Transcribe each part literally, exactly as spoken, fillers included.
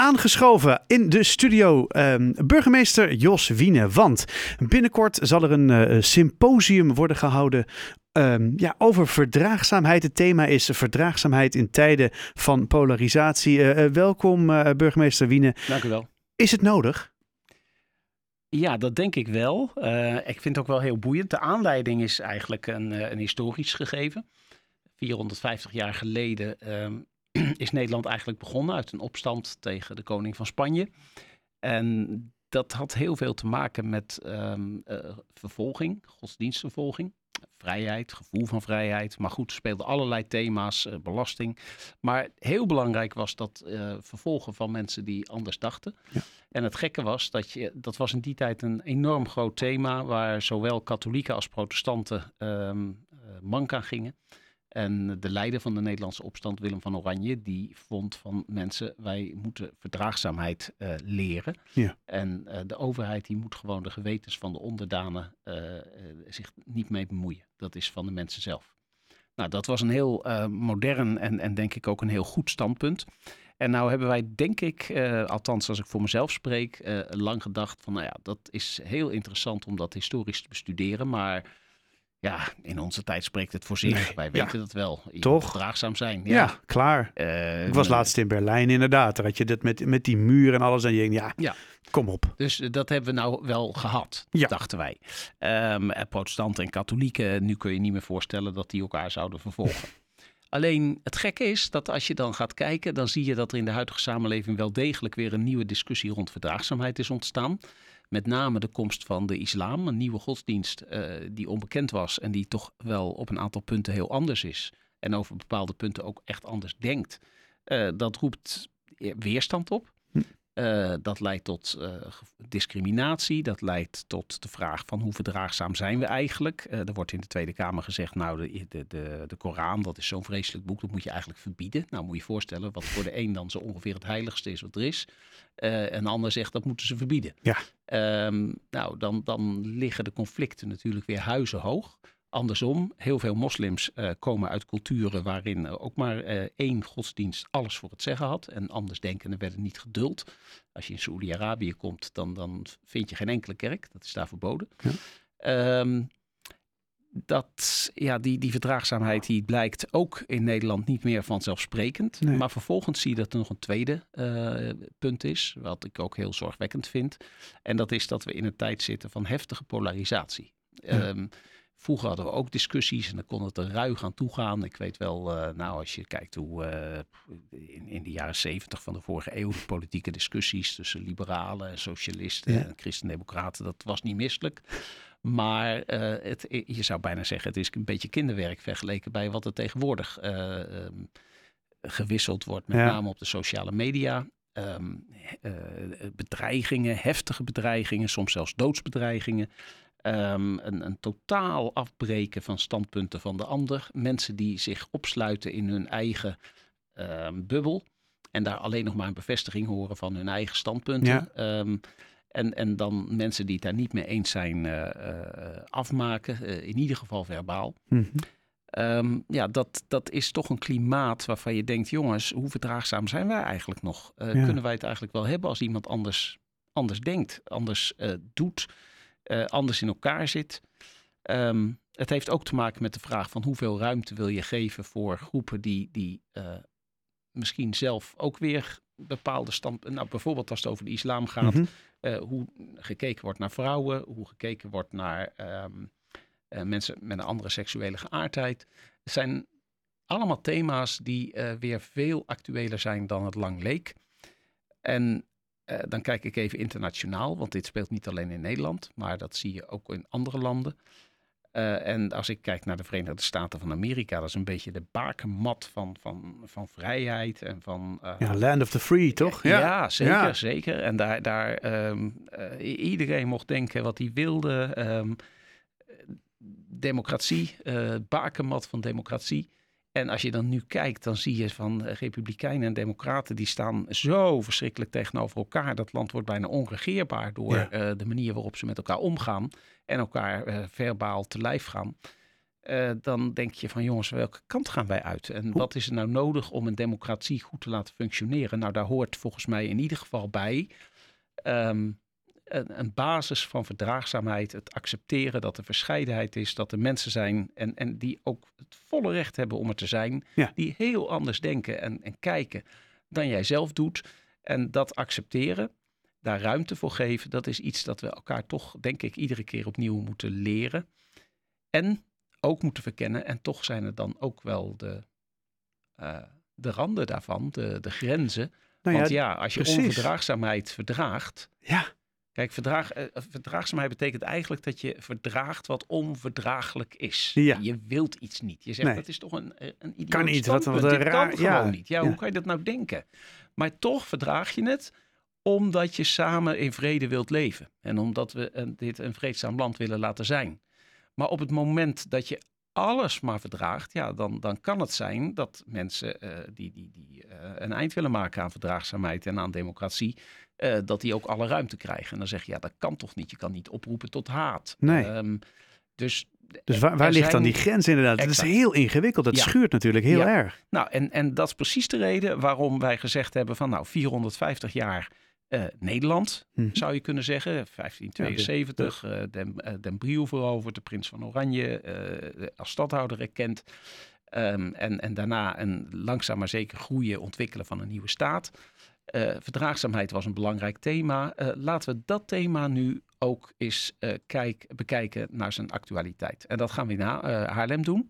aangeschoven in de studio um, burgemeester Jos Wiene. Want binnenkort zal er een uh, symposium worden gehouden um, ja, over verdraagzaamheid. Het thema is verdraagzaamheid in tijden van polarisatie. Uh, uh, welkom uh, burgemeester Wiene. Dank u wel. Is het nodig? Ja, dat denk ik wel. Uh, ik vind het ook wel heel boeiend. De aanleiding is eigenlijk een, uh, een historisch gegeven. vierhonderdvijftig jaar geleden um, is Nederland eigenlijk begonnen uit een opstand tegen de koning van Spanje. En dat had heel veel te maken met um, uh, vervolging, godsdienstvervolging. Vrijheid, gevoel van vrijheid. Maar goed, er speelden allerlei thema's, uh, belasting. Maar heel belangrijk was dat uh, vervolgen van mensen die anders dachten. Ja. En het gekke was, dat je, dat was in die tijd een enorm groot thema waar zowel katholieken als protestanten um, uh, mank aan gingen. En de leider van de Nederlandse opstand, Willem van Oranje, die vond van mensen, wij moeten verdraagzaamheid uh, leren. Ja. En uh, de overheid die moet gewoon de gewetens van de onderdanen uh, uh, zich niet mee bemoeien. Dat is van de mensen zelf. Nou, dat was een heel uh, modern en, en denk ik ook een heel goed standpunt. En nou hebben wij denk ik, uh, althans als ik voor mezelf spreek, uh, lang gedacht van nou ja, dat is heel interessant om dat historisch te bestuderen, maar ja, in onze tijd spreekt het voor zich. Nee, Wij weten ja. dat wel. Je Toch? moet verdraagzaam zijn. Ja, ja klaar. Uh, ik was laatst in Berlijn inderdaad. Daar had je dat met, met die muur en alles. En je denkt, ja, ja, kom op. Dus uh, dat hebben we nou wel gehad, ja. dachten wij. Um, protestanten en katholieken, nu kun je niet meer voorstellen dat die elkaar zouden vervolgen. Alleen het gekke is dat als je dan gaat kijken, dan zie je dat er in de huidige samenleving wel degelijk weer een nieuwe discussie rond verdraagzaamheid is ontstaan. Met name de komst van de islam, een nieuwe godsdienst uh, die onbekend was en die toch wel op een aantal punten heel anders is. En over bepaalde punten ook echt anders denkt. Uh, dat roept weerstand op. Uh, dat leidt tot uh, discriminatie. Dat leidt tot de vraag van hoe verdraagzaam zijn we eigenlijk. Uh, er wordt in de Tweede Kamer gezegd, nou de, de, de, de Koran, dat is zo'n vreselijk boek, dat moet je eigenlijk verbieden. Nou moet je je voorstellen wat voor de een dan zo ongeveer het heiligste is wat er is. Uh, een ander zegt dat moeten ze verbieden. Ja. Um, nou dan, dan liggen de conflicten natuurlijk weer huizenhoog. Andersom, heel veel moslims uh, komen uit culturen waarin uh, ook maar uh, één godsdienst alles voor het zeggen had. En andersdenkenden werden niet geduld. Als je in Saoedi-Arabië komt, dan, dan vind je geen enkele kerk. Dat is daar verboden. Ja. Um, dat, ja, die, die verdraagzaamheid die blijkt ook in Nederland niet meer vanzelfsprekend. Nee. Maar vervolgens zie je dat er nog een tweede uh, punt is, wat ik ook heel zorgwekkend vind. En dat is dat we in een tijd zitten van heftige polarisatie. Ja. Um, Vroeger hadden we ook discussies en dan kon het er ruig aan toegaan. Ik weet wel, uh, nou als je kijkt hoe uh, in, in de jaren zeventig van de vorige eeuw de politieke discussies tussen liberalen, socialisten ja. en christendemocraten, dat was niet misselijk. Maar uh, het, je zou bijna zeggen, het is een beetje kinderwerk vergeleken bij wat er tegenwoordig uh, um, gewisseld wordt, met ja. name op de sociale media. Um, uh, bedreigingen, heftige bedreigingen, soms zelfs doodsbedreigingen. Um, een, een totaal afbreken van standpunten van de ander. Mensen die zich opsluiten in hun eigen uh, bubbel. En daar alleen nog maar een bevestiging horen van hun eigen standpunten. Ja. Um, en, en dan mensen die het daar niet mee eens zijn uh, uh, afmaken. Uh, in ieder geval verbaal. Mm-hmm. Um, ja, dat, dat is toch een klimaat waarvan je denkt, jongens, hoe verdraagzaam zijn wij eigenlijk nog? Uh, ja. Kunnen wij het eigenlijk wel hebben als iemand anders, anders denkt, anders uh, doet? Uh, anders in elkaar zit. Um, het heeft ook te maken met de vraag van hoeveel ruimte wil je geven voor groepen die, die uh, misschien zelf ook weer bepaalde standpunten. Nou, bijvoorbeeld als het over de islam gaat, mm-hmm. uh, hoe gekeken wordt naar vrouwen, hoe gekeken wordt naar um, uh, mensen met een andere seksuele geaardheid. Het zijn allemaal thema's die uh, weer veel actueler zijn dan het lang leek. En Uh, dan kijk ik even internationaal, want dit speelt niet alleen in Nederland, maar dat zie je ook in andere landen. Uh, en als ik kijk naar de Verenigde Staten van Amerika, dat is een beetje de bakermat van, van, van vrijheid en van... Uh, ja, land of the free, toch? Ja, ja zeker, ja. zeker. En daar, daar um, uh, iedereen mocht denken wat hij wilde. Um, democratie, uh, bakermat van democratie. En als je dan nu kijkt, dan zie je van republikeinen en democraten, die staan zo verschrikkelijk tegenover elkaar. Dat land wordt bijna onregeerbaar door ja. uh, de manier waarop ze met elkaar omgaan en elkaar uh, verbaal te lijf gaan. Uh, dan denk je van jongens, welke kant gaan wij uit? En Hoe? wat is er nou nodig om een democratie goed te laten functioneren? Nou, daar hoort volgens mij in ieder geval bij um, een, een basis van verdraagzaamheid. Het accepteren dat er verscheidenheid is, dat er mensen zijn en, en die ook het volle recht hebben om er te zijn. Ja. Die heel anders denken en, en kijken dan jij zelf doet. En dat accepteren, daar ruimte voor geven, dat is iets dat we elkaar toch, denk ik, iedere keer opnieuw moeten leren. En ook moeten verkennen. En toch zijn er dan ook wel de, uh, de randen daarvan, de, de grenzen. Nou ja, Want ja, als je precies. onverdraagzaamheid verdraagt. Ja. Kijk, verdraag, uh, verdraagzaamheid betekent eigenlijk dat je verdraagt wat onverdraaglijk is. Ja. Je wilt iets niet. Je zegt, nee. dat is toch een, een idioot kan niet, standpunt. Wat, wat Dit raar, kan gewoon ja. niet. Ja, ja, hoe kan je dat nou denken? Maar toch verdraag je het omdat je samen in vrede wilt leven. En omdat we uh, dit een vreedzaam land willen laten zijn. Maar op het moment dat je alles maar verdraagt, ja, dan, dan kan het zijn dat mensen uh, die, die, die uh, een eind willen maken aan verdraagzaamheid en aan democratie, uh, dat die ook alle ruimte krijgen. En dan zeg je, ja, dat kan toch niet? Je kan niet oproepen tot haat. Nee. Um, dus dus waar, waar ligt zijn... dan die grens inderdaad? Exact. Dat is heel ingewikkeld. Dat ja. schuurt natuurlijk heel ja. erg. Nou, en, en dat is precies de reden waarom wij gezegd hebben van nou, vierhonderdvijftig jaar Uh, Nederland, hmm. zou je kunnen zeggen. vijftien tweeënzeventig, ja, de, uh, Den, uh, Den Briel veroverd, de prins van Oranje uh, als stadhouder erkend. Um, en, en daarna een langzaam maar zeker groeien, ontwikkelen van een nieuwe staat. Uh, verdraagzaamheid was een belangrijk thema. Uh, laten we dat thema nu ook eens uh, kijk, bekijken naar zijn actualiteit. En dat gaan we in ha- uh, Haarlem doen.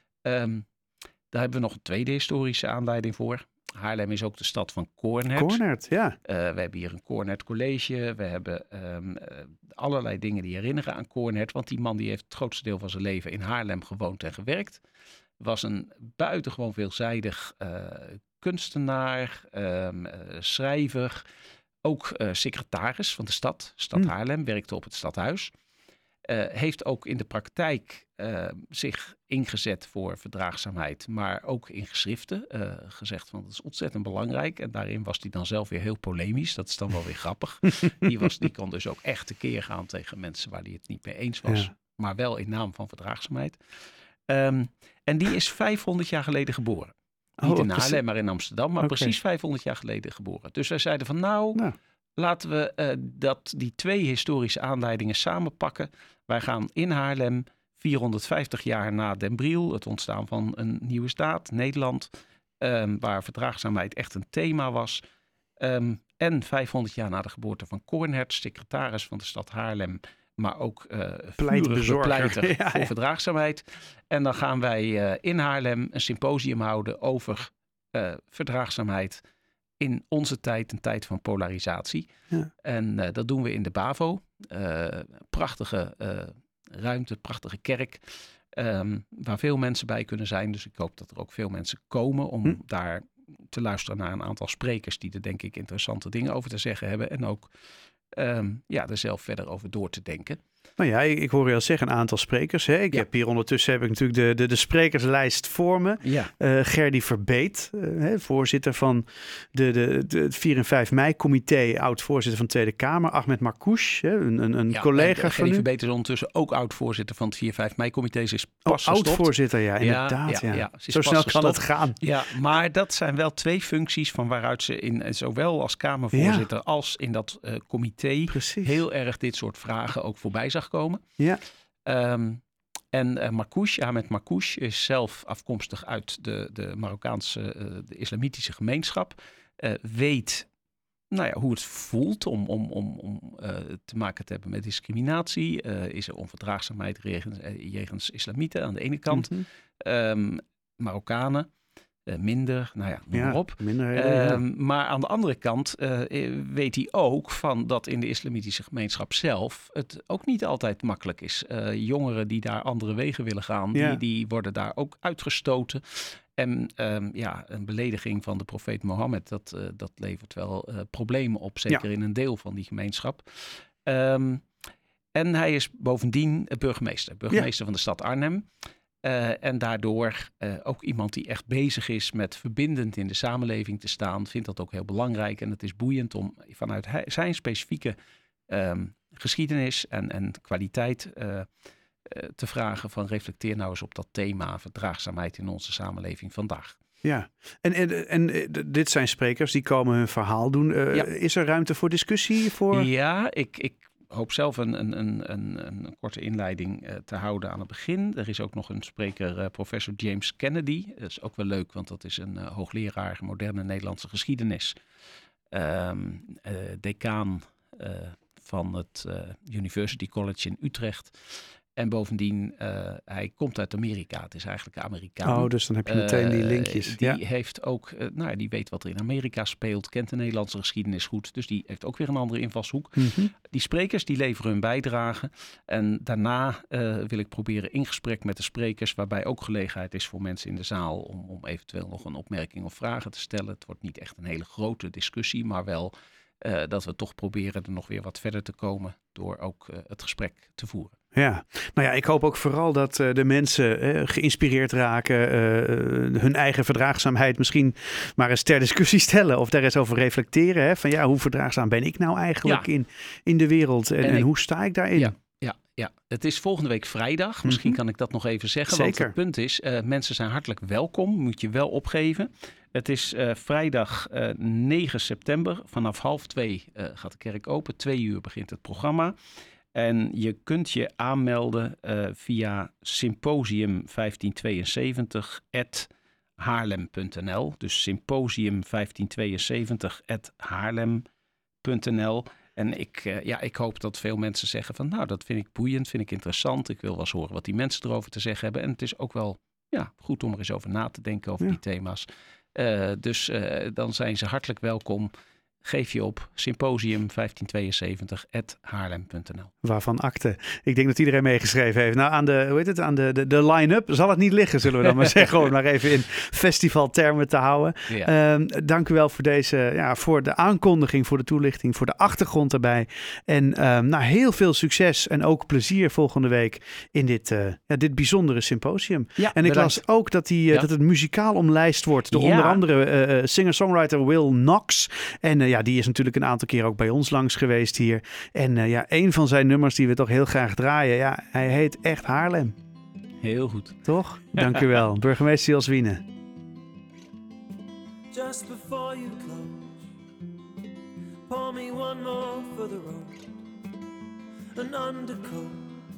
Um, daar hebben we nog een tweede historische aanleiding voor. Haarlem is ook de stad van Coornhert. Coornhert, ja. Uh, we hebben hier een Coornhert College. We hebben um, uh, allerlei dingen die herinneren aan Coornhert. Want die man die heeft het grootste deel van zijn leven in Haarlem gewoond en gewerkt. Was een buitengewoon veelzijdig uh, kunstenaar, um, uh, schrijver. Ook uh, secretaris van de stad. Stad hmm. Haarlem, werkte op het stadhuis. Uh, heeft ook in de praktijk uh, zich ingezet voor verdraagzaamheid, maar ook in geschriften uh, gezegd van dat is ontzettend belangrijk. En daarin was hij dan zelf weer heel polemisch. Dat is dan wel weer grappig. die, was, die kon dus ook echt tekeer gaan tegen mensen waar hij het niet mee eens was. Ja. Maar wel in naam van verdraagzaamheid. Um, en die is vijfhonderd jaar geleden geboren. Niet oh, in Haarlem, maar in Amsterdam. Maar okay. precies vijfhonderd jaar geleden geboren. Dus wij zeiden van nou... nou. Laten we uh, dat, die twee historische aanleidingen samenpakken. Wij gaan in Haarlem vierhonderdvijftig jaar na Den Briel, het ontstaan van een nieuwe staat, Nederland, um, waar verdraagzaamheid echt een thema was. Um, en vijfhonderd jaar na de geboorte van Coornhert, secretaris van de stad Haarlem, maar ook uh, vurig pleiter ja, voor ja. verdraagzaamheid. En dan gaan wij uh, in Haarlem een symposium houden over uh, verdraagzaamheid in onze tijd, een tijd van polarisatie. Ja. En uh, dat doen we in de BAVO. Uh, prachtige uh, ruimte, prachtige kerk. Um, waar veel mensen bij kunnen zijn. Dus ik hoop dat er ook veel mensen komen om hm. daar te luisteren naar een aantal sprekers die er denk ik interessante dingen over te zeggen hebben. En ook um, ja, er zelf verder over door te denken. Nou ja, ik, ik hoor je al zeggen, een aantal sprekers. Hè? Ik ja. heb hier ondertussen heb ik natuurlijk de, de, de sprekerslijst voor me. Ja. Uh, Gerdy Verbeet, uh, hè, voorzitter van de, de, de vier en vijf mei-comité, oud-voorzitter van de Tweede Kamer. Ahmed Marcouch, hè, een, een, een ja, collega van Gerdy Verbeet is ondertussen ook oud-voorzitter van het vier en vijf mei-comité. Ze is pas oh, oud-voorzitter, ja, inderdaad. Ja, ja, ja. Ja, zo snel gestopt. Kan het gaan. Ja, maar dat zijn wel twee functies van waaruit ze in zowel als Kamervoorzitter ja. als in dat uh, comité Precies. heel erg dit soort vragen ook voorbij zag komen. Ja. Um, en uh, Marcouch, Ahmed Marcouch, is zelf afkomstig uit de, de Marokkaanse, uh, de islamitische gemeenschap. Uh, weet nou ja, hoe het voelt om, om, om, om uh, te maken te hebben met discriminatie. Uh, is er onverdraagzaamheid jegens, uh, jegens islamieten aan de ene kant. Mm-hmm. Um, Marokkanen. Uh, minder, nou ja, noem ja, maar op. Minder, uh, ja. Maar aan de andere kant uh, weet hij ook van dat in de islamitische gemeenschap zelf het ook niet altijd makkelijk is. Uh, jongeren die daar andere wegen willen gaan, ja. die, die worden daar ook uitgestoten. En um, ja, een belediging van de profeet Mohammed, dat, uh, dat levert wel uh, problemen op, zeker ja. in een deel van die gemeenschap. Um, en hij is bovendien burgemeester, burgemeester ja. van de stad Arnhem. Uh, en daardoor uh, ook iemand die echt bezig is met verbindend in de samenleving te staan. Vindt dat ook heel belangrijk. En het is boeiend om vanuit hij, zijn specifieke um, geschiedenis en, en kwaliteit uh, te vragen van reflecteer nou eens op dat thema verdraagzaamheid in onze samenleving vandaag. Ja, en, en, en dit zijn sprekers die komen hun verhaal doen. Uh, ja. Is er ruimte voor discussie? Voor... Ja, ik, ik hoop zelf een, een, een, een, een korte inleiding uh, te houden aan het begin. Er is ook nog een spreker, uh, professor James Kennedy. Dat is ook wel leuk, want dat is een uh, hoogleraar moderne Nederlandse geschiedenis. Um, uh, decaan uh, van het uh, University College in Utrecht. En bovendien, uh, hij komt uit Amerika. Het is eigenlijk Amerikaan. Oh, dus dan heb je meteen die linkjes. Uh, die ja. heeft ook, uh, nou, die weet wat er in Amerika speelt, kent de Nederlandse geschiedenis goed. Dus die heeft ook weer een andere invalshoek. Mm-hmm. Die sprekers, die leveren hun bijdrage. En daarna uh, wil ik proberen in gesprek met de sprekers, waarbij ook gelegenheid is voor mensen in de zaal om, om eventueel nog een opmerking of vragen te stellen. Het wordt niet echt een hele grote discussie, maar wel uh, dat we toch proberen er nog weer wat verder te komen door ook uh, het gesprek te voeren. Ja, nou ja, ik hoop ook vooral dat uh, de mensen uh, geïnspireerd raken, uh, hun eigen verdraagzaamheid misschien maar eens ter discussie stellen of daar eens over reflecteren. Hè? Van ja, hoe verdraagzaam ben ik nou eigenlijk ja. in, in de wereld en, en, en ik, hoe sta ik daarin? Ja. Ja, ja, het is volgende week vrijdag. Misschien mm-hmm. kan ik dat nog even zeggen. Zeker. Want het punt is, uh, mensen zijn hartelijk welkom. Moet je wel opgeven. Het is uh, vrijdag uh, negen september. Vanaf half twee uh, gaat de kerk open. Twee uur begint het programma. En je kunt je aanmelden uh, via symposium vijftien tweeënzeventig at haarlem punt n l. Dus symposium vijftien tweeënzeventig at haarlem punt n l. En ik, uh, ja, ik hoop dat veel mensen zeggen van nou, dat vind ik boeiend, vind ik interessant. Ik wil wel eens horen wat die mensen erover te zeggen hebben. En het is ook wel ja, goed om er eens over na te denken over ja. die thema's. Uh, dus uh, dan zijn ze hartelijk welkom. Geef je op symposium vijftien tweeënzeventig at haarlem punt n l. Waarvan akte. Ik denk dat iedereen meegeschreven heeft. Nou, aan de, hoe heet het, aan de, de, de line-up zal het niet liggen, zullen we dan maar zeggen. Om maar even in festivaltermen te houden. Ja. Um, dank u wel voor deze, ja, voor de aankondiging, voor de toelichting, voor de achtergrond erbij. En um, nou, heel veel succes en ook plezier volgende week in dit, uh, ja, dit bijzondere symposium. Ja, en ik bedankt. las ook dat, die, uh, ja. dat het muzikaal omlijst wordt door ja. onder andere uh, singer-songwriter Will Knox. En uh, ja, die is natuurlijk een aantal keer ook bij ons langs geweest hier. En uh, ja, een van zijn nummers die we toch heel graag draaien, ja, hij heet echt Haarlem. Heel goed. Toch? Dank u wel. Burgemeester Jos Wiene. Just before you close, pour me one more for the road, an undercoat